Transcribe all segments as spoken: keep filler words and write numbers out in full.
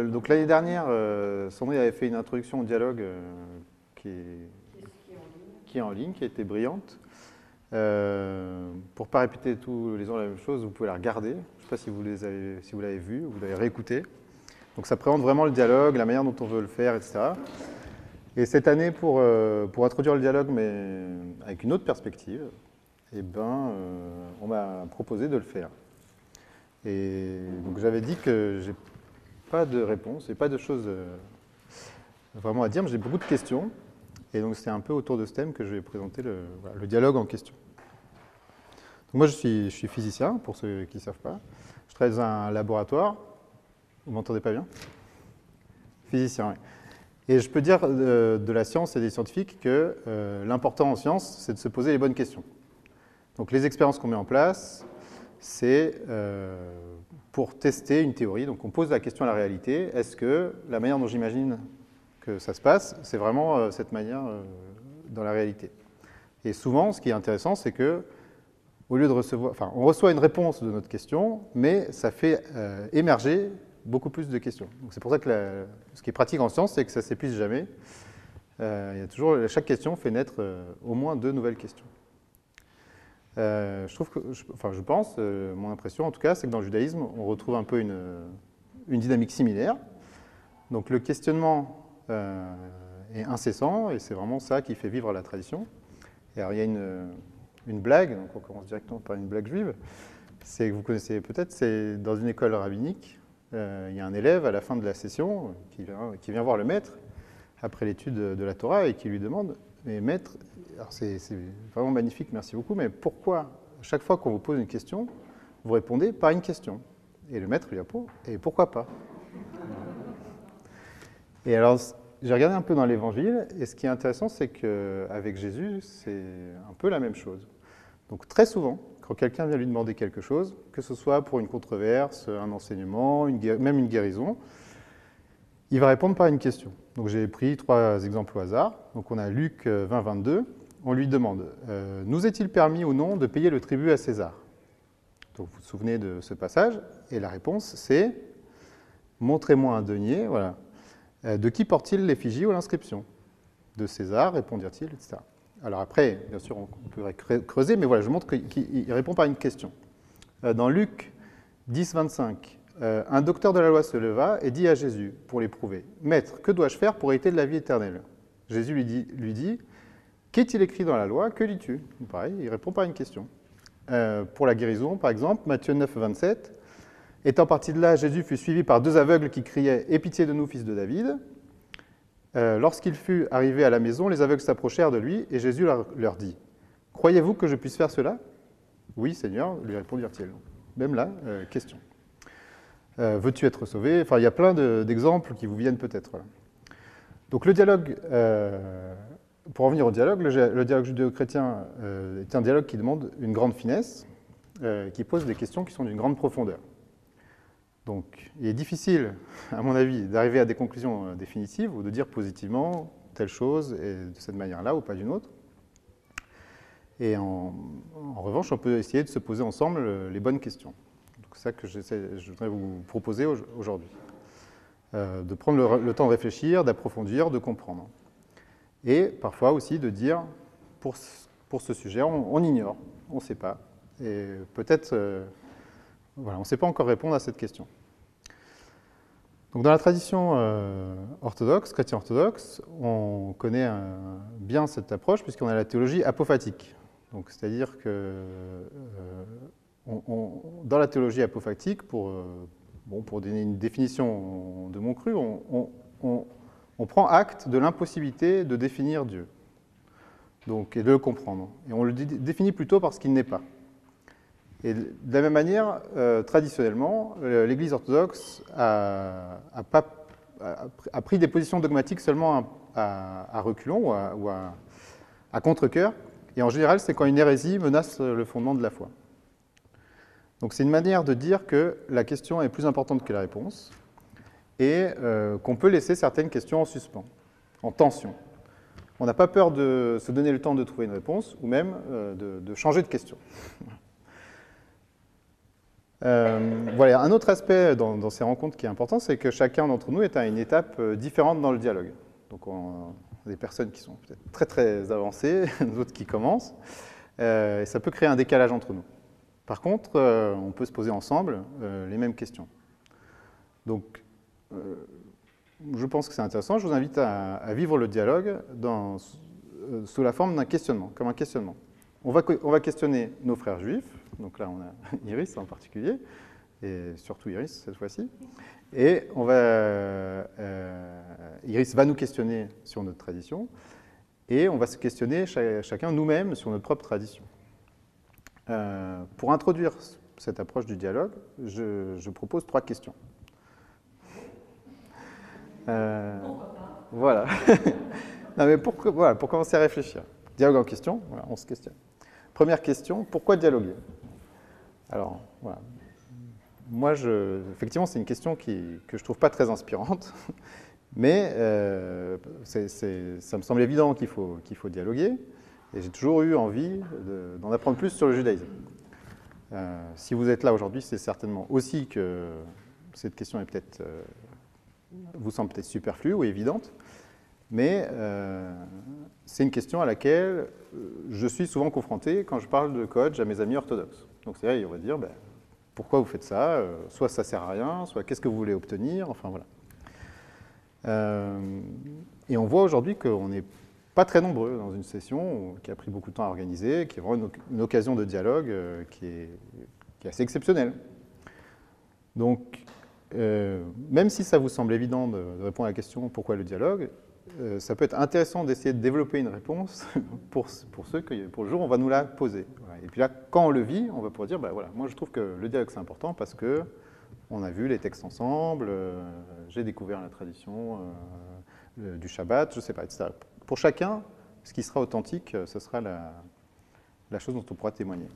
Euh, donc l'année dernière, euh, Sandrine avait fait une introduction au dialogue euh, qui, est, qui est en ligne, qui a été brillante. Euh, pour ne pas répéter tous les ans la même chose, vous pouvez la regarder. Je ne sais pas si vous les avez, si vous l'avez vue, vous l'avez réécoutée. Donc ça présente vraiment le dialogue, la manière dont on veut le faire, et cetera. Et cette année, pour, euh, pour introduire le dialogue, mais avec une autre perspective, eh ben, euh, on m'a proposé de le faire. Et donc j'avais dit que j'ai pas de réponse et pas de choses euh, vraiment à dire, mais j'ai beaucoup de questions. Et donc c'est un peu autour de ce thème que je vais présenter le, voilà, le dialogue en question. Donc moi je suis, je suis physicien, pour ceux qui ne savent pas. Je travaille dans un laboratoire. Vous m'entendez pas bien? Physicien, oui. Et je peux dire de, de la science et des scientifiques que euh, l'important en science, c'est de se poser les bonnes questions. Donc les expériences qu'on met en place, c'est euh, pour tester une théorie. Donc on pose la question à la réalité. Est-ce que la manière dont j'imagine que ça se passe, c'est vraiment euh, cette manière euh, dans la réalité? Et souvent, ce qui est intéressant, c'est que au lieu de recevoir, enfin, on reçoit une réponse de notre question, mais ça fait euh, émerger beaucoup plus de questions. Donc c'est pour ça que la, ce qui est pratique en science, c'est que ça ne s'épuise jamais. Euh, il y a toujours, chaque question fait naître euh, au moins deux nouvelles questions. Euh, je trouve que, je, enfin, je pense, euh, mon impression en tout cas, c'est que dans le judaïsme, on retrouve un peu une, une dynamique similaire. Donc le questionnement euh, est incessant et c'est vraiment ça qui fait vivre la tradition. Et alors il y a une, une blague, donc on commence directement par une blague juive. C'est que vous connaissez peut-être, c'est dans une école rabbinique. Euh, il y a un élève à la fin de la session qui vient, qui vient voir le maître après l'étude de la Torah et qui lui demande « Mais maître, alors c'est, c'est vraiment magnifique, merci beaucoup, mais pourquoi, chaque fois qu'on vous pose une question, vous répondez par une question ?» Et le maître lui répond « Et pourquoi pas ?» Et alors, j'ai regardé un peu dans l'Évangile, et ce qui est intéressant, c'est qu'avec Jésus, c'est un peu la même chose. Donc très souvent, quand quelqu'un vient lui demander quelque chose, que ce soit pour une controverse, un enseignement, une guér- même une guérison, il va répondre par une question. Donc j'ai pris trois exemples au hasard. Donc on a Luc vingt, vingt-deux. On lui demande euh, « Nous est-il permis ou non de payer le tribut à César ?» Donc vous vous souvenez de ce passage, et la réponse c'est « Montrez-moi un denier, voilà. Euh, de qui porte-t-il l'effigie ou l'inscription ?»« De César, répondirent-ils, et cetera » Alors après, bien sûr, on pourrait creuser, mais voilà, je montre qu'il répond par une question. Dans Luc dix, vingt-cinq, un docteur de la loi se leva et dit à Jésus, pour l'éprouver, « Maître, que dois-je faire pour hériter de la vie éternelle ?» Jésus lui dit, lui dit « Qu'est-il écrit dans la loi? Que lis-tu » Pareil, il répond par une question. Euh, pour la guérison, par exemple, Matthieu neuf, vingt-sept, « Étant parti de là, Jésus fut suivi par deux aveugles qui criaient « Aie pitié de nous, fils de David !» Euh, lorsqu'il fut arrivé à la maison, les aveugles s'approchèrent de lui et Jésus leur, leur dit « Croyez-vous que je puisse faire cela ?»« Oui, Seigneur, lui répondirent-ils. » Même là, euh, question. Euh, Veux-tu être sauvé? Enfin, il y a plein de, d'exemples qui vous viennent peut-être. Voilà. Donc le dialogue, euh, pour en venir au dialogue, le, le dialogue judéo-chrétien euh, est un dialogue qui demande une grande finesse, euh, qui pose des questions qui sont d'une grande profondeur. Donc, il est difficile, à mon avis, d'arriver à des conclusions définitives ou de dire positivement telle chose et de cette manière-là ou pas d'une autre. Et en, en revanche, on peut essayer de se poser ensemble les bonnes questions. C'est ça que je voudrais vous proposer aujourd'hui. Euh, de prendre le, le temps de réfléchir, d'approfondir, de comprendre. Et parfois aussi de dire, pour, pour ce sujet, on, on ignore, on ne sait pas. Et peut-être... Euh, Voilà, on ne sait pas encore répondre à cette question. Donc, dans la tradition euh, orthodoxe, chrétienne orthodoxe, on connaît un, bien cette approche puisqu'on a la théologie apophatique. Donc, c'est-à-dire que euh, on, on, dans la théologie apophatique, pour, euh, bon, pour donner une définition de mon cru, on, on, on, on prend acte de l'impossibilité de définir Dieu, donc, et de le comprendre. Et on le définit plutôt par ce qu'il n'est pas. Et de la même manière, euh, traditionnellement, l'Église orthodoxe a, a, pas, a, a pris des positions dogmatiques seulement à, à, à reculons ou à, ou à, à contre-cœur. Et en général, c'est quand une hérésie menace le fondement de la foi. Donc c'est une manière de dire que la question est plus importante que la réponse et euh, qu'on peut laisser certaines questions en suspens, en tension. On n'a pas peur de se donner le temps de trouver une réponse ou même euh, de, de changer de question. Euh, voilà, un autre aspect dans, dans ces rencontres qui est important, c'est que chacun d'entre nous est à une étape différente dans le dialogue. Donc on a des personnes qui sont peut-être très très avancées, d'autres qui commencent, euh, et ça peut créer un décalage entre nous. Par contre, euh, on peut se poser ensemble euh, les mêmes questions. Donc, euh, je pense que c'est intéressant. Je vous invite à, à vivre le dialogue dans, euh, sous la forme d'un questionnement, comme un questionnement. On va, on va questionner nos frères juifs, donc là on a Iris en particulier, et surtout Iris cette fois-ci, et on va, euh, Iris va nous questionner sur notre tradition, et on va se questionner ch chacun nous-mêmes sur notre propre tradition. Euh, pour introduire cette approche du dialogue, je, je propose trois questions. Euh, voilà. Non, mais pour, voilà, pour commencer à réfléchir. Dialogue en question, voilà, on se questionne. Première question, pourquoi dialoguer? Alors, voilà. Moi, je, effectivement, c'est une question qui, que je ne trouve pas très inspirante, mais euh, c'est, c'est, ça me semble évident qu'il faut, qu'il faut dialoguer, et j'ai toujours eu envie de, d'en apprendre plus sur le judaïsme. Euh, si vous êtes là aujourd'hui, c'est certainement aussi que cette question est peut-être, euh, vous semble peut-être superflue ou évidente, mais euh, c'est une question à laquelle je suis souvent confronté quand je parle de coach à mes amis orthodoxes. Donc c'est vrai, on va dire, ben, pourquoi vous faites ça? euh, Soit ça ne sert à rien, soit qu'est-ce que vous voulez obtenir? Enfin voilà. Euh, et on voit aujourd'hui qu'on n'est pas très nombreux dans une session qui a pris beaucoup de temps à organiser, qui est vraiment une, une occasion de dialogue euh, qui, est, qui est assez exceptionnelle. Donc, euh, même si ça vous semble évident de, de répondre à la question pourquoi le dialogue, euh, ça peut être intéressant d'essayer de développer une réponse pour, pour, ceux que, pour le jour où on va nous la poser. Voilà. Et puis là, quand on le vit, on va pouvoir dire, bah, voilà, moi je trouve que le dialogue c'est important parce que on a vu les textes ensemble, euh, j'ai découvert la tradition euh, du Shabbat, je ne sais pas, et cetera. Pour chacun, ce qui sera authentique, ce sera la, la chose dont on pourra témoigner.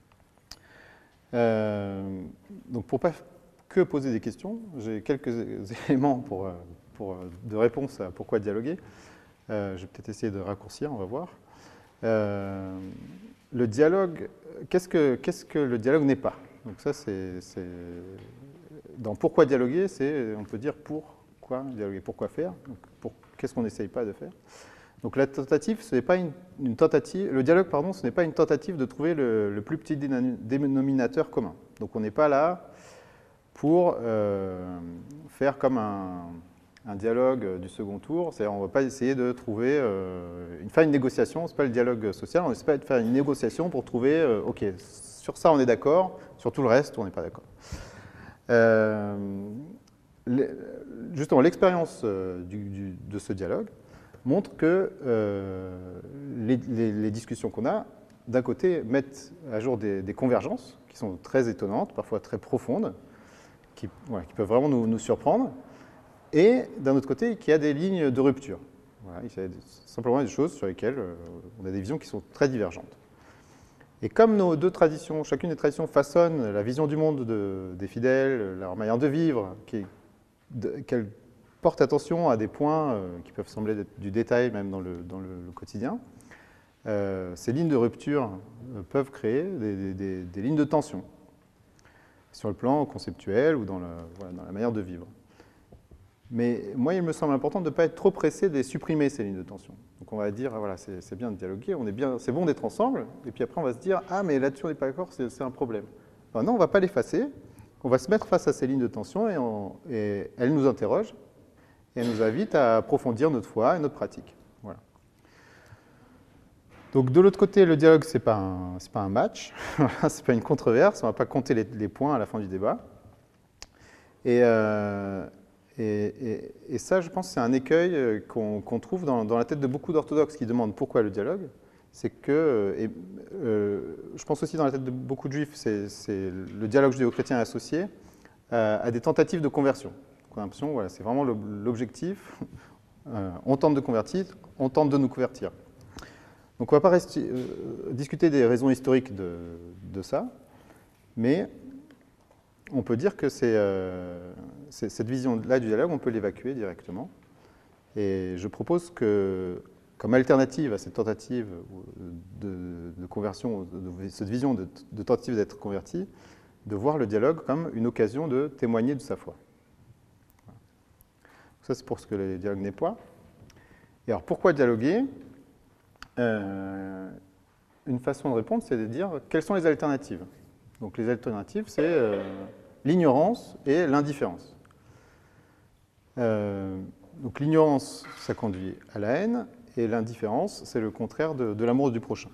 Euh, donc pour pas que poser des questions, j'ai quelques éléments pour, pour, de réponse à pourquoi dialoguer. Euh, je vais peut-être essayer de raccourcir, on va voir. Euh, le dialogue, qu'est-ce que, qu'est-ce que le dialogue n'est pas? Donc ça, c'est, c'est dans pourquoi dialoguer, c'est, on peut dire pourquoi dialoguer, pourquoi faire, donc pour, qu'est-ce qu'on n'essaye pas de faire. Donc la tentative, ce n'est pas une, une tentative, le dialogue, pardon, ce n'est pas une tentative de trouver le, le plus petit dénominateur commun. Donc on n'est pas là pour euh, faire comme un, un dialogue du second tour, c'est-à-dire on ne va pas essayer de trouver, euh, une, faire une négociation, ce n'est pas le dialogue social, on n'essaie pas de faire une négociation pour trouver, euh, ok, sur ça on est d'accord, sur tout le reste on n'est pas d'accord. Euh, justement, l'expérience euh, du, du, de ce dialogue montre que euh, les, les, les discussions qu'on a, d'un côté, mettent à jour des, des convergences qui sont très étonnantes, parfois très profondes, qui, ouais, qui peuvent vraiment nous, nous surprendre, et d'un autre côté, qu'il y a des lignes de rupture. Voilà, il y a simplement des choses sur lesquelles euh, on a des visions qui sont très divergentes. Et comme nos deux traditions, chacune des traditions façonne la vision du monde de, des fidèles, leur manière de vivre, qu'elles portent attention à des points euh, qui peuvent sembler être du détail même dans le, dans le, le quotidien, euh, ces lignes de rupture euh, peuvent créer des, des, des, des lignes de tension sur le plan conceptuel ou dans, le, voilà, dans la manière de vivre. Mais moi, il me semble important de ne pas être trop pressé de les supprimer, ces lignes de tension. Donc on va dire, voilà, c'est bien de dialoguer, on est bien, c'est bon d'être ensemble, et puis après on va se dire, ah mais là-dessus on n'est pas d'accord, c'est un problème. Enfin, non, on ne va pas l'effacer, on va se mettre face à ces lignes de tension, et, on, et elles nous interrogent, et elles nous invitent à approfondir notre foi et notre pratique. Voilà. Donc de l'autre côté, le dialogue, ce n'est pas, un, pas un match, ce n'est pas une controverse, on ne va pas compter les, les points à la fin du débat. Et... Euh, Et, et, et ça, je pense, c'est un écueil qu'on qu'on trouve dans, dans la tête de beaucoup d'orthodoxes qui demandent pourquoi le dialogue. C'est que, et, euh, je pense aussi dans la tête de beaucoup de juifs, c'est le dialogue judéo-chrétien associé à, à des tentatives de conversion. On a l'impression, voilà, c'est vraiment l'objectif. Euh, on tente de convertir, on tente de nous convertir. Donc on ne va pas rester, euh, discuter des raisons historiques de, de ça, mais on peut dire que c'est euh, cette vision-là du dialogue, on peut l'évacuer directement. Et je propose que, comme alternative à cette tentative de, de conversion, de, cette vision de, de tentative d'être converti, de voir le dialogue comme une occasion de témoigner de sa foi. Ça, c'est pour ce que le dialogue n'est pas. Et alors, pourquoi dialoguer? euh, Une façon de répondre, c'est de dire quelles sont les alternatives. Donc, les alternatives, c'est euh, l'ignorance et l'indifférence. Euh, donc, l'ignorance, ça conduit à la haine, et l'indifférence, c'est le contraire de, de l'amour du prochain.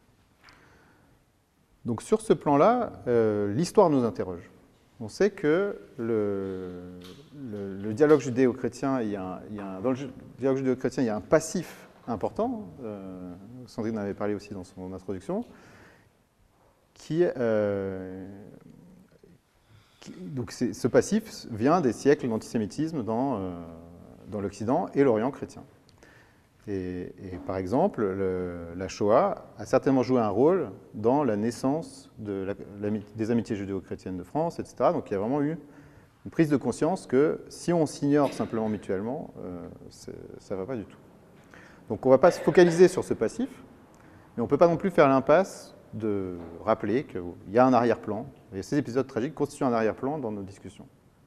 Donc, sur ce plan-là, euh, l'histoire nous interroge. On sait que le, le, le dialogue judéo-chrétien, il y a, il y a, dans le dialogue judéo-chrétien, il y a un passif important, euh, Sandrine en avait parlé aussi dans son introduction, qui, euh, qui donc ce passif vient des siècles d'antisémitisme dans, euh, dans l'Occident et l'Orient chrétien. Et, et par exemple, le, la Shoah a certainement joué un rôle dans la naissance de la, la, des amitiés judéo-chrétiennes de France, et cetera. Donc il y a vraiment eu une prise de conscience que si on s'ignore simplement mutuellement, euh, ça ne va pas du tout. Donc on ne va pas se focaliser sur ce passif, mais on ne peut pas non plus faire l'impasse de rappeler qu'il y a un arrière-plan, et ces épisodes tragiques constituent un arrière-plan dans nos discussions.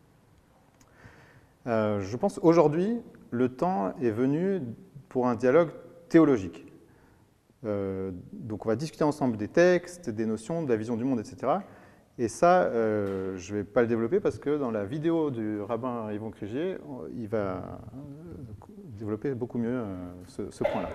Euh, je pense qu'aujourd'hui, le temps est venu pour un dialogue théologique. Euh, donc on va discuter ensemble des textes, des notions, de la vision du monde, et cetera. Et ça, euh, je ne vais pas le développer parce que dans la vidéo du rabbin Yvon Krigier, il va développer beaucoup mieux euh, ce, ce point-là.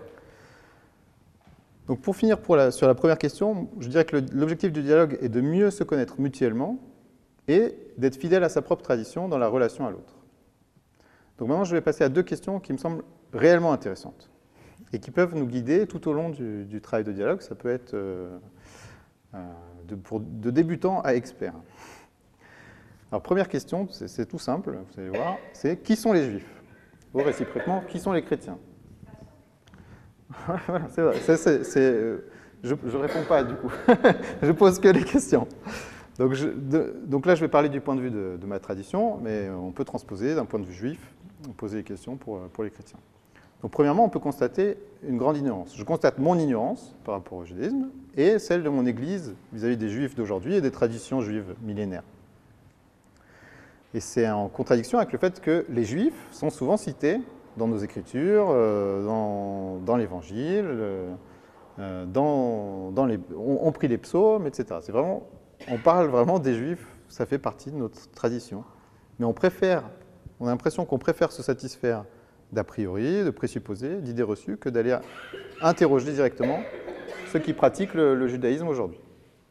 Donc pour finir pour la, sur la première question, je dirais que l'objectif du dialogue est de mieux se connaître mutuellement et d'être fidèle à sa propre tradition dans la relation à l'autre. Donc maintenant, je vais passer à deux questions qui me semblent réellement intéressantes et qui peuvent nous guider tout au long du, du travail de dialogue. Ça peut être euh, euh, de, pour, de débutant à expert. Alors, première question, c'est tout simple, vous allez voir, c'est qui sont les Juifs? Ou réciproquement, qui sont les chrétiens? Voilà, c'est vrai. C'est, c'est, c'est, je ne réponds pas, du coup. Je pose que les questions. Donc, je, de, donc là, je vais parler du point de vue de, de ma tradition, mais on peut transposer d'un point de vue juif, poser les questions pour, pour les chrétiens. Donc, premièrement, on peut constater une grande ignorance. Je constate mon ignorance par rapport au judaïsme et celle de mon Église vis-à-vis des Juifs d'aujourd'hui et des traditions juives millénaires. Et c'est en contradiction avec le fait que les Juifs sont souvent cités dans nos Écritures, euh, dans, dans l'Évangile, euh, dans, dans les, on, on prie les psaumes, et cetera. C'est vraiment, on parle vraiment des Juifs, ça fait partie de notre tradition. Mais on préfère, on a l'impression qu'on préfère se satisfaire d'a priori, de présupposés, d'idées reçues, que d'aller interroger directement ceux qui pratiquent le, le judaïsme aujourd'hui.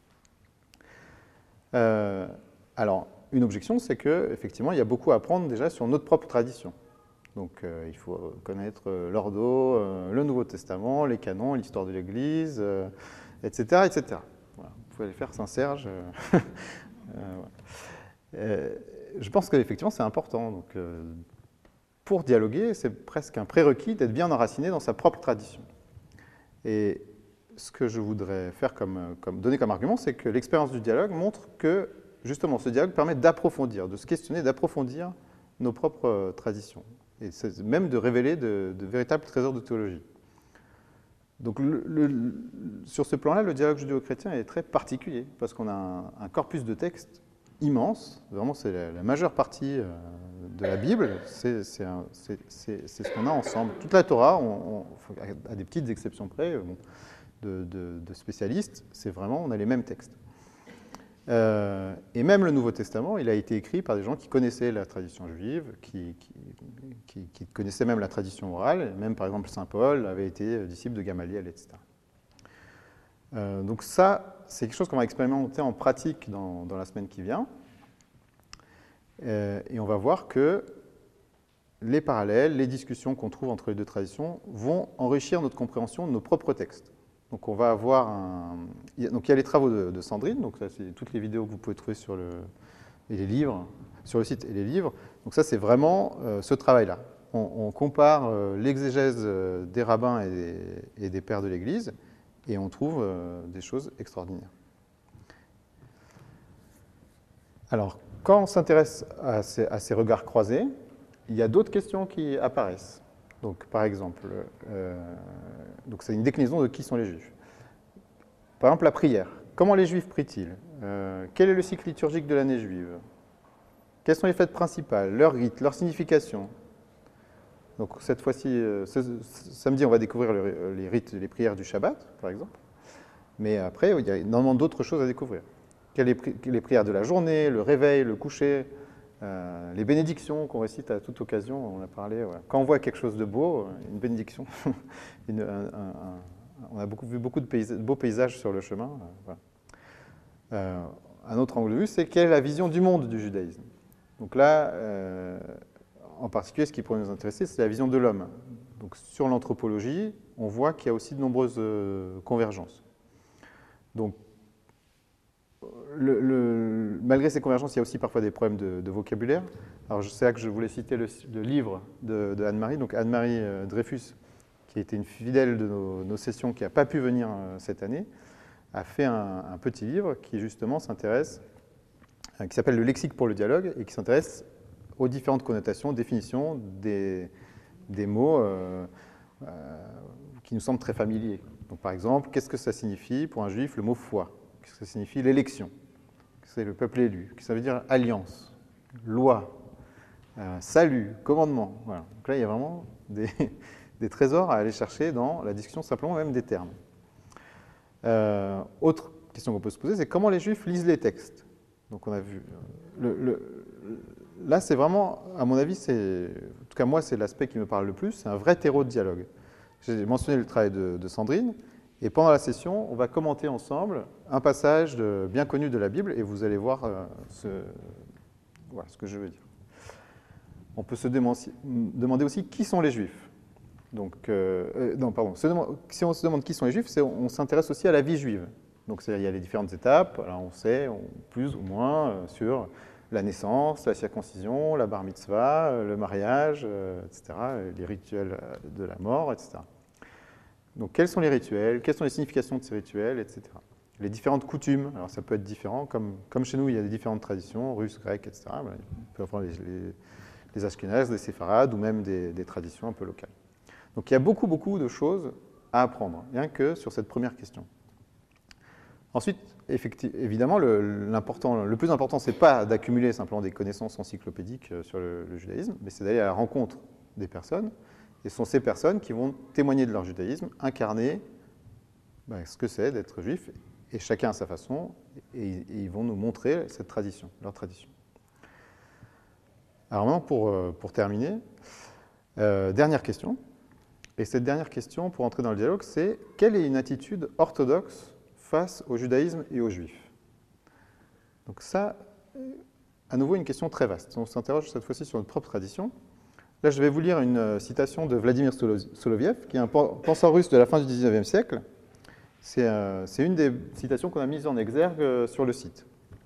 Euh, alors, une objection, c'est qu'effectivement, il y a beaucoup à apprendre déjà sur notre propre tradition. Donc, euh, il faut connaître euh, l'Ordo, euh, le Nouveau Testament, les canons, l'histoire de l'Église, euh, et cetera, et cetera. Voilà. Vous pouvez aller faire Saint-Serge. Euh, euh, voilà. euh, je pense qu'effectivement, c'est important. Donc, euh, pour dialoguer, c'est presque un prérequis d'être bien enraciné dans sa propre tradition. Et ce que je voudrais faire comme, comme, donner comme argument, c'est que l'expérience du dialogue montre que, justement, ce dialogue permet d'approfondir, de se questionner, d'approfondir nos propres euh, traditions. Et même de révéler de, de véritables trésors de théologie. Donc, le, le, sur ce plan-là, le dialogue judéo-chrétien est très particulier, parce qu'on a un, un corpus de textes immense, vraiment c'est la, la majeure partie euh, de la Bible, c'est ce qu'on a ensemble. Toute la Torah, on, on, à des petites exceptions près, bon, de, de, de spécialistes, c'est vraiment, on a les mêmes textes. Euh, et même le Nouveau Testament, il a été écrit par des gens qui connaissaient la tradition juive, qui, qui, qui, qui connaissaient même la tradition orale, même par exemple Saint Paul avait été disciple de Gamaliel, et cetera. Euh, donc ça, c'est quelque chose qu'on va expérimenter en pratique dans, dans la semaine qui vient. Euh, et on va voir que les parallèles, les discussions qu'on trouve entre les deux traditions vont enrichir notre compréhension de nos propres textes. Donc on va avoir un... Donc il y a les travaux de, de Sandrine, donc ça c'est toutes les vidéos que vous pouvez trouver sur le... et les livres, sur le site et les livres. Donc ça c'est vraiment euh, ce travail-là. On, on compare euh, l'exégèse euh, des rabbins et des, et des pères de l'Église, et on trouve euh, des choses extraordinaires. Alors, quand on s'intéresse à ces, à ces regards croisés, il y a d'autres questions qui apparaissent. Donc, par exemple, euh, donc c'est une déclinaison de qui sont les Juifs. Par exemple, la prière. comment les Juifs prient-ils? euh, Quel est le cycle liturgique de l'année juive? Quelles sont les fêtes principales, leurs rites, leur signification? Donc cette fois-ci, euh, ce, ce samedi, on va découvrir le, les rites, les prières du Shabbat, par exemple. Mais après, il y a énormément d'autres choses à découvrir. Quelles sont les prières de la journée, le réveil, le coucher, euh, les bénédictions qu'on récite à toute occasion, on a parlé. Voilà. Quand on voit quelque chose de beau, une bénédiction, une, un, un, un, on a beaucoup, vu beaucoup de, paysage, de beaux paysages sur le chemin. Euh, voilà. euh, un autre angle de vue, c'est quelle est la vision du monde du judaïsme. Donc là, euh, en particulier, ce qui pourrait nous intéresser, c'est la vision de l'homme. Donc sur l'anthropologie, on voit qu'il y a aussi de nombreuses euh, convergences. Donc, le, le, malgré ces convergences, il y a aussi parfois des problèmes de, de vocabulaire. Alors, c'est là que je voulais citer le, le livre de, de Anne-Marie. Donc, Anne-Marie euh, Dreyfus, qui était une fidèle de nos, nos sessions, qui n'a pas pu venir euh, cette année, a fait un, un petit livre qui, justement, s'intéresse, euh, qui s'appelle « Le lexique pour le dialogue » et qui s'intéresse aux différentes connotations, définitions des, des mots euh, euh, qui nous semblent très familiers. Donc, par exemple, qu'est-ce que ça signifie pour un juif le mot foi? Qu'est-ce que ça signifie l'élection? C'est le peuple élu. Qu'est-ce que ça veut dire alliance, loi, euh, salut, commandement? Voilà. Donc là, il y a vraiment des, des trésors à aller chercher dans la discussion, simplement même des termes. Euh, autre question qu'on peut se poser, c'est comment les juifs lisent les textes. Donc on a vu. Le, le, là, c'est vraiment, à mon avis, c'est, en tout cas moi, c'est l'aspect qui me parle le plus. C'est un vrai terreau de dialogue. J'ai mentionné le travail de, de Sandrine, et pendant la session, on va commenter ensemble un passage de, bien connu de la Bible, et vous allez voir euh, ce, voilà, ce que je veux dire. On peut se demander aussi qui sont les Juifs. Donc, euh, euh, non, pardon. Se demande, si on se demande qui sont les Juifs, on, on s'intéresse aussi à la vie juive. Donc, il y a les différentes étapes. Alors, on sait, on, plus ou moins, euh, sur la naissance, la circoncision, la bar mitzvah, euh, le mariage, euh, et cetera, les rituels de la mort, et cetera. Donc, quels sont les rituels? Quelles sont les significations de ces rituels, et cetera. Les différentes coutumes. Alors, ça peut être différent. Comme, comme chez nous, il y a des différentes traditions, russes, grecques, et cetera. Ben, on peut avoir les, les, les ashkénazes, les séfarades, ou même des, des traditions un peu locales. Donc il y a beaucoup, beaucoup de choses à apprendre, rien que sur cette première question. Ensuite, évidemment, le, le plus important, ce n'est pas d'accumuler simplement des connaissances encyclopédiques sur le, le judaïsme, mais c'est d'aller à la rencontre des personnes. Et ce sont ces personnes qui vont témoigner de leur judaïsme, incarner ben, ce que c'est d'être juif, et chacun à sa façon, et, et ils vont nous montrer cette tradition, leur tradition. Alors maintenant, pour, pour terminer, euh, dernière question. Et cette dernière question, pour entrer dans le dialogue, c'est quelle est une attitude orthodoxe face au judaïsme et aux juifs? Donc ça, à nouveau, une question très vaste. On s'interroge cette fois-ci sur notre propre tradition. Là, je vais vous lire une citation de Vladimir Soloviev, qui est un penseur russe de la fin du dix-neuvième siècle. C'est euh, une des citations qu'on a mises en exergue sur le site.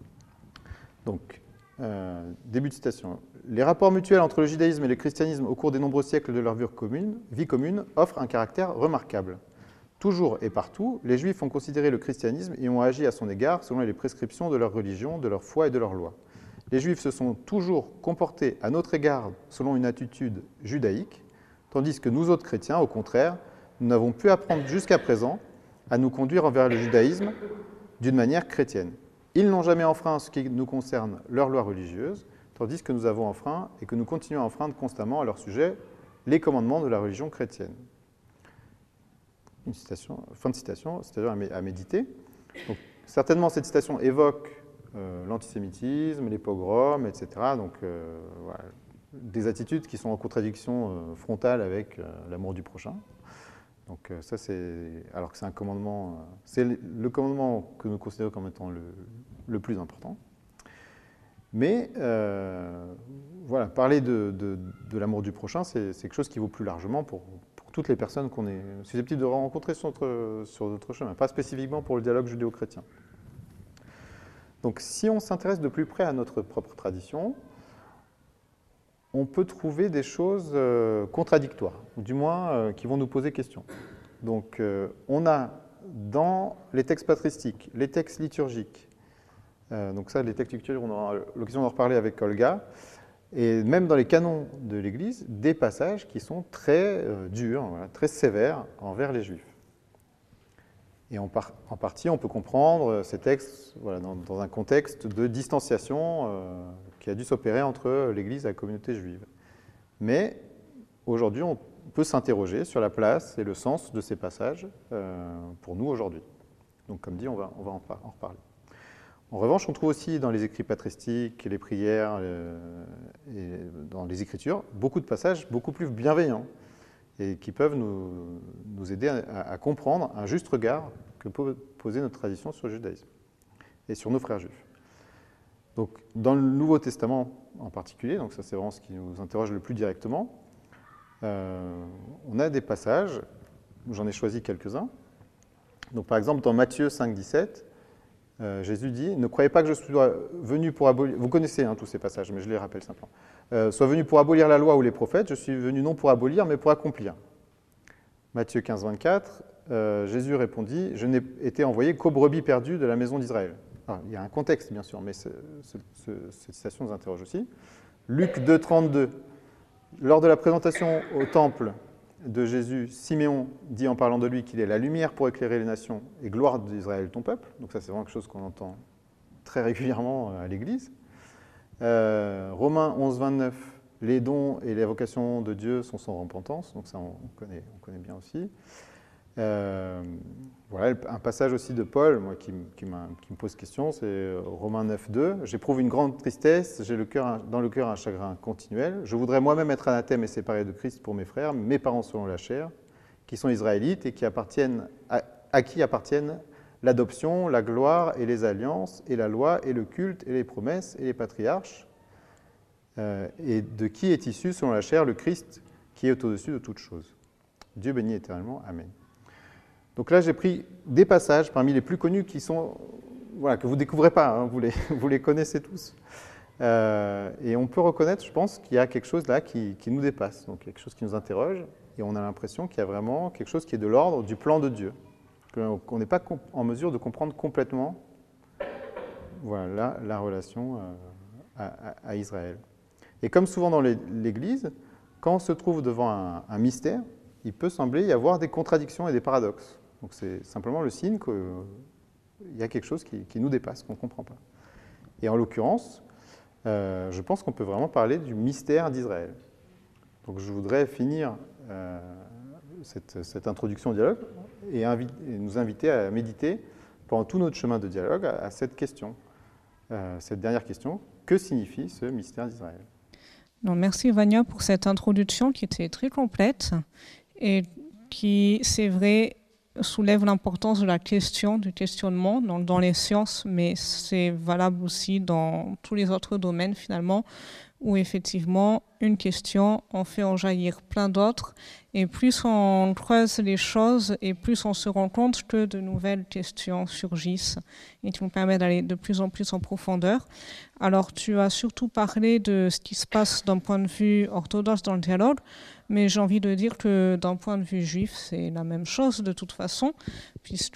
Donc, euh, début de citation. Les rapports mutuels entre le judaïsme et le christianisme au cours des nombreux siècles de leur vie commune, vie commune offrent un caractère remarquable. Toujours et partout, les Juifs ont considéré le christianisme et ont agi à son égard selon les prescriptions de leur religion, de leur foi et de leur loi. Les Juifs se sont toujours comportés à notre égard selon une attitude judaïque, tandis que nous autres chrétiens, au contraire, nous n'avons pu apprendre jusqu'à présent à nous conduire envers le judaïsme d'une manière chrétienne. Ils n'ont jamais enfreint en ce qui nous concerne leur loi religieuse, tandis que nous avons enfreint et que nous continuons à enfreindre constamment à leur sujet les commandements de la religion chrétienne. Une citation, fin de citation, c'est-à-dire à méditer. Donc, certainement, cette citation évoque euh, l'antisémitisme, les pogroms, et cetera. Donc, euh, voilà, des attitudes qui sont en contradiction euh, frontale avec euh, l'amour du prochain. Donc, euh, ça, c'est. Alors que c'est un commandement. Euh, c'est le commandement que nous considérons comme étant le, le plus important. Mais euh, voilà, parler de, de, de l'amour du prochain, c'est quelque chose qui vaut plus largement pour, pour toutes les personnes qu'on est susceptibles de rencontrer sur notre, sur notre chemin, pas spécifiquement pour le dialogue judéo-chrétien. Donc si on s'intéresse de plus près à notre propre tradition, on peut trouver des choses euh, contradictoires, ou du moins euh, qui vont nous poser question. Donc euh, on a dans les textes patristiques, les textes liturgiques, Euh, donc ça, les textes liturgiques, on aura l'occasion d'en reparler avec Olga. Et même dans les canons de l'Église, des passages qui sont très euh, durs, voilà, très sévères envers les Juifs. Et en, par, en partie, on peut comprendre ces textes voilà, dans, dans un contexte de distanciation euh, qui a dû s'opérer entre l'Église et la communauté juive. Mais aujourd'hui, on peut s'interroger sur la place et le sens de ces passages euh, pour nous aujourd'hui. Donc, comme dit, on va, on va en, en reparler. En revanche, on trouve aussi dans les écrits patristiques, les prières euh, et dans les Écritures, beaucoup de passages beaucoup plus bienveillants et qui peuvent nous, nous aider à, à comprendre un juste regard que peut poser notre tradition sur le judaïsme et sur nos frères juifs. Donc, dans le Nouveau Testament en particulier, donc ça c'est vraiment ce qui nous interroge le plus directement, euh, on a des passages, j'en ai choisi quelques-uns. Donc, par exemple, dans Matthieu cinq, dix-sept, euh, Jésus dit « Ne croyez pas que je suis venu pour abolir... » Vous connaissez hein, tous ces passages, mais je les rappelle simplement. Euh, « Soit venu pour abolir la loi ou les prophètes, je suis venu non pour abolir, mais pour accomplir. » Matthieu quinze, vingt-quatre, euh, Jésus répondit « Je n'ai été envoyé qu'aux brebis perdues de la maison d'Israël. » Il y a un contexte, bien sûr, mais ce, ce, ce, cette citation nous interroge aussi. Luc deux, trente-deux. Lors de la présentation au temple de Jésus, Siméon dit en parlant de lui qu'il est la lumière pour éclairer les nations et gloire d'Israël, ton peuple. Donc ça, c'est vraiment quelque chose qu'on entend très régulièrement à l'Église. Euh, Romains onze, vingt-neuf. Les dons et les vocations de Dieu sont sans repentance. Donc ça, on connaît, on connaît bien aussi. Euh, voilà, un passage aussi de Paul, moi, qui, qui, qui me pose question, c'est Romains neuf, deux. « J'éprouve une grande tristesse, j'ai le cœur, dans le cœur un chagrin continuel. Je voudrais moi-même être anathème et séparé de Christ pour mes frères, mes parents selon la chair, qui sont israélites et qui appartiennent à, à qui appartiennent l'adoption, la gloire et les alliances, et la loi et le culte et les promesses et les patriarches, euh, et de qui est issu selon la chair le Christ qui est au-dessus de toutes choses. Dieu bénit éternellement. Amen. » Donc là, j'ai pris des passages parmi les plus connus qui sont, voilà, que vous ne découvrez pas, hein, vous, les, vous les connaissez tous. Euh, et on peut reconnaître, je pense, qu'il y a quelque chose là qui, qui nous dépasse, donc quelque chose qui nous interroge, et on a l'impression qu'il y a vraiment quelque chose qui est de l'ordre du plan de Dieu, qu'on n'est pas en mesure de comprendre complètement voilà, la, la relation euh, à, à, à Israël. Et comme souvent dans l'Église, quand on se trouve devant un, un mystère, il peut sembler y avoir des contradictions et des paradoxes. Donc c'est simplement le signe qu'il y a quelque chose qui, qui nous dépasse, qu'on ne comprend pas. Et en l'occurrence, euh, je pense qu'on peut vraiment parler du mystère d'Israël. Donc je voudrais finir euh, cette, cette introduction au dialogue et, invi- et nous inviter à méditer pendant tout notre chemin de dialogue à, à cette question, euh, cette dernière question, que signifie ce mystère d'Israël ? Donc, merci Vania pour cette introduction qui était très complète et qui, c'est vrai, soulève l'importance de la question, du questionnement donc dans les sciences, mais c'est valable aussi dans tous les autres domaines finalement, où effectivement une question en fait en jaillir plein d'autres, et plus on creuse les choses et plus on se rend compte que de nouvelles questions surgissent et qui nous permettent d'aller de plus en plus en profondeur. Alors tu as surtout parlé de ce qui se passe d'un point de vue orthodoxe dans le dialogue, mais j'ai envie de dire que d'un point de vue juif, c'est la même chose de toute façon, puisque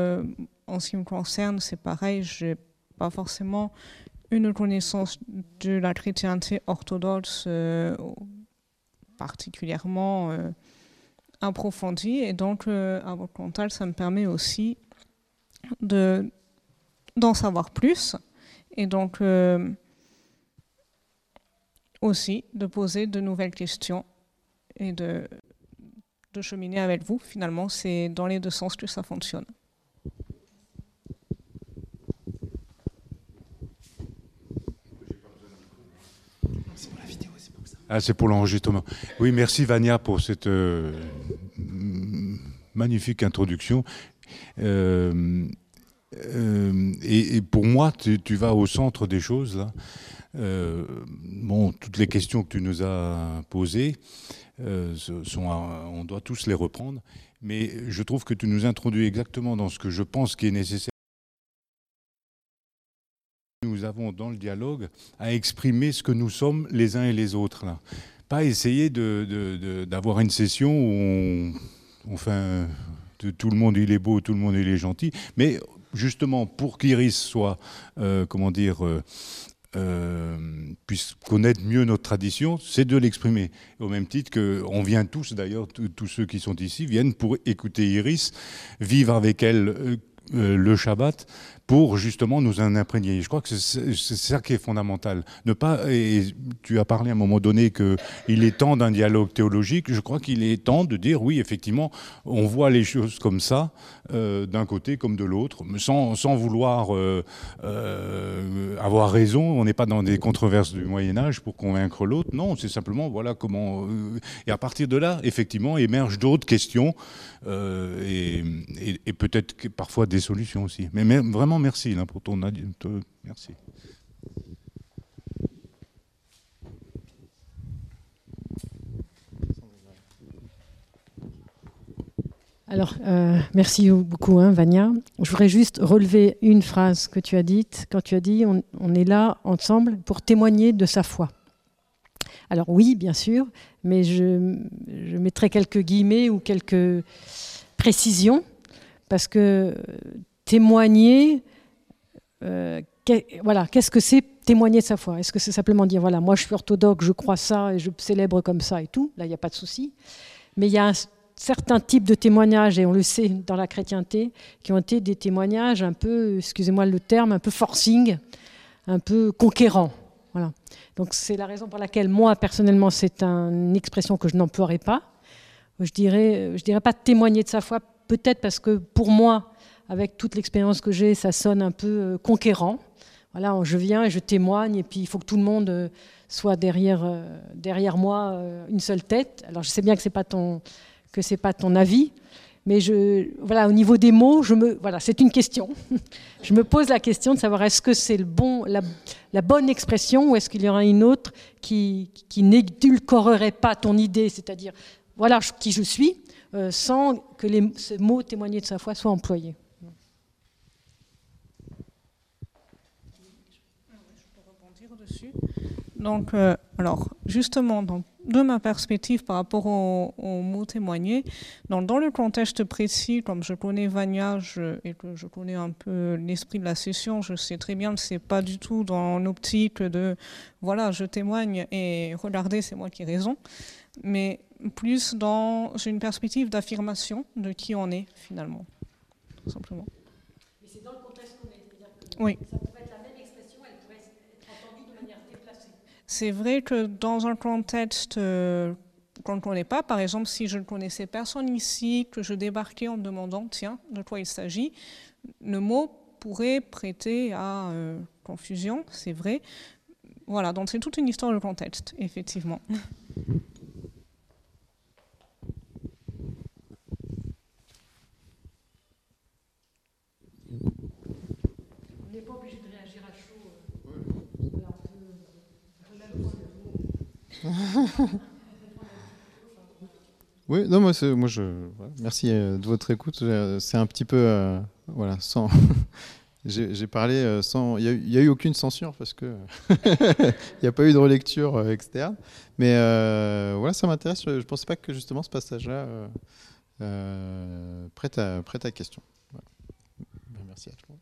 en ce qui me concerne, c'est pareil, j'ai pas forcément une connaissance de la chrétienté orthodoxe euh, particulièrement euh, approfondie, et donc euh, à votre contact, ça me permet aussi de, d'en savoir plus, et donc euh, aussi de poser de nouvelles questions et de, de cheminer avec vous. Finalement, c'est dans les deux sens que ça fonctionne. Ah, c'est pour l'enregistrement. Oui, merci Vania pour cette euh, magnifique introduction. Euh, euh, et, et pour moi, tu, tu vas au centre des choses là. Euh, bon, toutes les questions que tu nous as posées, euh, sont, on doit tous les reprendre. Mais je trouve que tu nous introduis exactement dans ce que je pense qui est nécessaire. Nous avons dans le dialogue à exprimer ce que nous sommes les uns et les autres. Là. Pas essayer de, de, de, d'avoir une session où on, on fait un, de, tout le monde il est beau, tout le monde il est gentil, mais justement pour qu'Iris soit, euh, comment dire, euh, euh, puisse connaître mieux notre tradition, c'est de l'exprimer. Au même titre qu'on vient tous, d'ailleurs, tous ceux qui sont ici, viennent pour écouter Iris, vivre avec elle euh, euh, le Shabbat, pour justement nous en imprégner. Je crois que c'est ça qui est fondamental. Ne pas, et tu as parlé à un moment donné qu'il est temps d'un dialogue théologique. Je crois qu'il est temps de dire, oui, effectivement, on voit les choses comme ça, euh, d'un côté comme de l'autre, sans, sans vouloir euh, euh, avoir raison. On n'est pas dans des controverses du Moyen-Âge pour convaincre l'autre. Non, c'est simplement, voilà comment... Euh, et à partir de là, effectivement, émergent d'autres questions euh, et, et, et peut-être que parfois des solutions aussi. Mais, mais vraiment, merci là, pour ton aide. Merci. Alors, euh, merci beaucoup, hein, Vania. Je voudrais juste relever une phrase que tu as dite, quand tu as dit on, on est là ensemble pour témoigner de sa foi. Alors oui, bien sûr, mais je, je mettrai quelques guillemets ou quelques précisions, parce que témoigner, euh, qu'est, voilà, qu'est-ce que c'est témoigner de sa foi? Est-ce que c'est simplement dire, voilà, moi je suis orthodoxe, je crois ça et je célèbre comme ça et tout? Là, il n'y a pas de souci. Mais il y a un certain type de témoignages, et on le sait dans la chrétienté, qui ont été des témoignages un peu, excusez-moi le terme, un peu forcing, un peu conquérant. Voilà. Donc c'est la raison pour laquelle moi, personnellement, c'est une expression que je n'emploierai pas. Je dirais, je dirais pas témoigner de sa foi, peut-être parce que pour moi, avec toute l'expérience que j'ai, ça sonne un peu conquérant. Voilà, je viens et je témoigne, et puis il faut que tout le monde soit derrière, derrière moi, une seule tête. Alors je sais bien que c'est pas ton, que c'est pas ton avis, mais je, voilà, au niveau des mots, je me, voilà, c'est une question. Je me pose la question de savoir est-ce que c'est le bon, la, la bonne expression, ou est-ce qu'il y aura une autre qui, qui n'édulcorerait pas ton idée, c'est-à-dire voilà qui je suis, euh, sans que les, ce mot témoigner de sa foi soit employé. Donc, euh, alors, justement, donc, de ma perspective par rapport au, au mot témoigner, donc, dans le contexte précis, comme je connais Vania je, et que je connais un peu l'esprit de la session, je sais très bien que c'est pas du tout dans l'optique de voilà, je témoigne et regardez, c'est moi qui ai raison, mais plus dans une perspective d'affirmation de qui on est finalement, tout simplement. Mais c'est dans le contexte qu'on est, c'est-à-dire que oui. Ça pourrait être la même expression, elle pourrait être entendue de manière déplacée. C'est vrai que dans un contexte euh, qu'on ne connaît pas, par exemple, si je ne connaissais personne ici, que je débarquais en me demandant, tiens, de quoi il s'agit, le mot pourrait prêter à euh, confusion, c'est vrai. Voilà, donc c'est toute une histoire de contexte, effectivement. On n'est pas obligé de réagir à chaud. Euh, voilà, on peut, on peut même prendre le mot. Oui, non, moi, moi je, voilà, merci de votre écoute. C'est un petit peu, euh, voilà, sans, j'ai parlé euh, sans, il n'y a, a eu aucune censure parce que il n'y a pas eu de relecture euh, externe. Mais euh, voilà, ça m'intéresse. Je ne pensais pas que justement ce passage-là euh, euh, prête à, prête à question. Voilà. Merci à toi.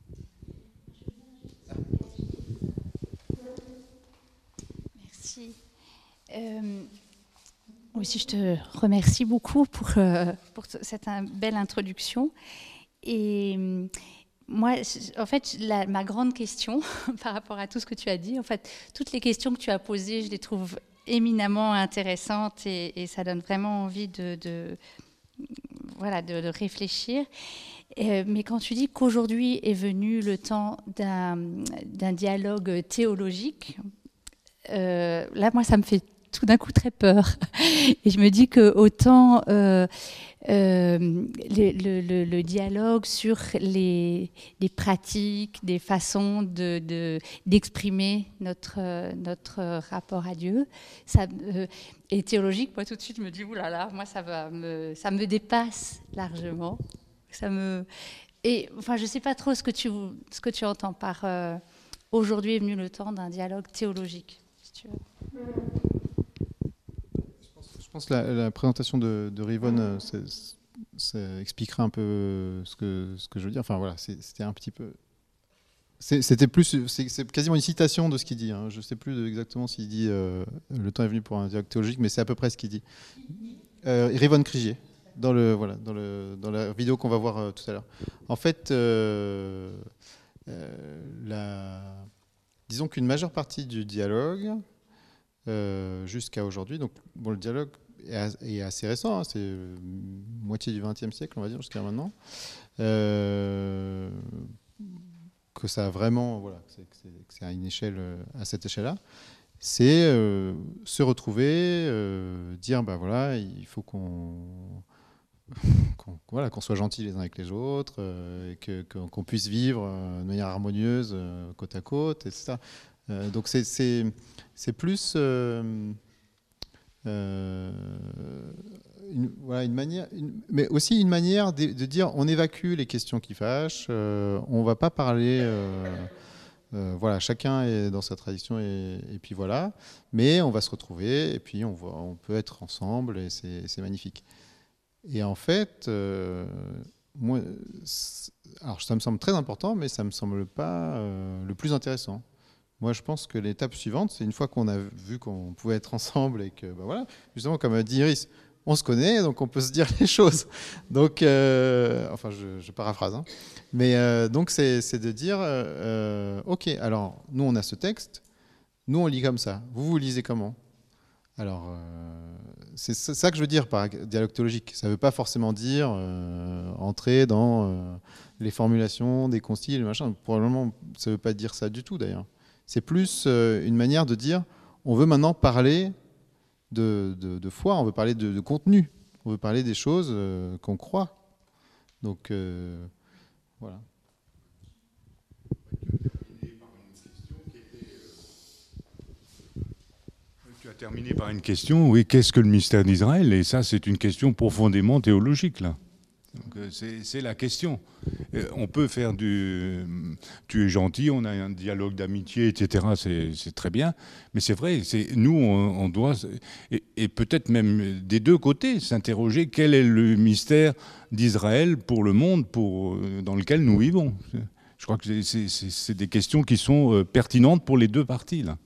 Merci. Euh, aussi, je te remercie beaucoup pour, euh, pour cette belle introduction. Et euh, moi, en fait, la, ma grande question par rapport à tout ce que tu as dit, en fait, toutes les questions que tu as posées, je les trouve éminemment intéressantes et, et ça donne vraiment envie de, de, voilà, de, de réfléchir. Euh, mais quand tu dis qu'aujourd'hui est venu le temps d'un d'un dialogue théologique, euh, là, moi, ça me fait tout d'un coup très peur. Et je me dis que autant euh, euh, le, le, le dialogue sur les, les pratiques, des façons de, de, d'exprimer notre, notre rapport à Dieu, ça, euh, et théologique, moi tout de suite je me dis, oulala, moi ça, va me, ça me dépasse largement. Ça me... Et enfin, je ne sais pas trop ce que tu, ce que tu entends par euh, aujourd'hui est venu le temps d'un dialogue théologique. Si tu veux. Je pense que la, la présentation de, de Rivonne ça expliquera un peu ce que, ce que je veux dire. Enfin voilà, c'était un petit peu... C'était plus, c'est quasiment une citation de ce qu'il dit. Hein. Je ne sais plus exactement s'il dit euh, le temps est venu pour un dialogue théologique, mais c'est à peu près ce qu'il dit. Euh, Rivon Krigier, dans, le, voilà, dans, le, dans la vidéo qu'on va voir euh, tout à l'heure. En fait, euh, euh, la, disons qu'une majeure partie du dialogue, euh, jusqu'à aujourd'hui, donc bon, le dialogue est, est assez récent, hein, c'est euh, moitié du vingtième siècle, on va dire, jusqu'à maintenant. Euh, que ça a vraiment, voilà, que c'est à une échelle, à cette échelle-là, c'est euh, se retrouver, euh, dire, ben voilà, il faut qu'on qu'on voilà, qu'on soit gentils les uns avec les autres, euh, et que, qu'on puisse vivre euh, de manière harmonieuse, euh, côte à côte, et cetera. Euh, donc c'est c'est plus euh, euh, une, voilà, une manière, une, mais aussi une manière de, de dire on évacue les questions qui fâchent, euh, on ne va pas parler, euh, euh, voilà, chacun est dans sa tradition et, et puis voilà, mais on va se retrouver et puis on, va, on peut être ensemble et c'est magnifique. Et en fait, euh, moi, alors ça me semble très important, mais ça ne me semble pas euh, le plus intéressant. Moi, je pense que l'étape suivante, c'est une fois qu'on a vu qu'on pouvait être ensemble et que, ben voilà, justement, comme a dit Iris, on se connaît, donc on peut se dire les choses. Donc, euh, enfin, je, je paraphrase, hein. Mais euh, donc, c'est de dire, euh, ok, alors, nous, on a ce texte, nous, on lit comme ça. Vous, vous lisez comment? Alors, euh, c'est ça que je veux dire par dialogue théologique. Ça ne veut pas forcément dire euh, entrer dans euh, les formulations des conciles, machin. Probablement, ça ne veut pas dire ça du tout, d'ailleurs. C'est plus euh, une manière de dire, on veut maintenant parler de, de, de foi, on veut parler de, de contenu, on veut parler des choses euh, qu'on croit. Donc, euh, voilà. Tu as terminé par une question, oui, qu'est-ce que le mystère d'Israël? Et ça, c'est une question profondément théologique, là. C'est la question. On peut faire du... Tu es gentil, on a un dialogue d'amitié, et cetera. C'est très bien. Mais c'est vrai, nous, on, on doit... Et, et peut-être même des deux côtés, s'interroger quel est le mystère d'Israël pour le monde pour, dans lequel nous vivons. Je crois que c'est des questions qui sont pertinentes pour les deux parties, là.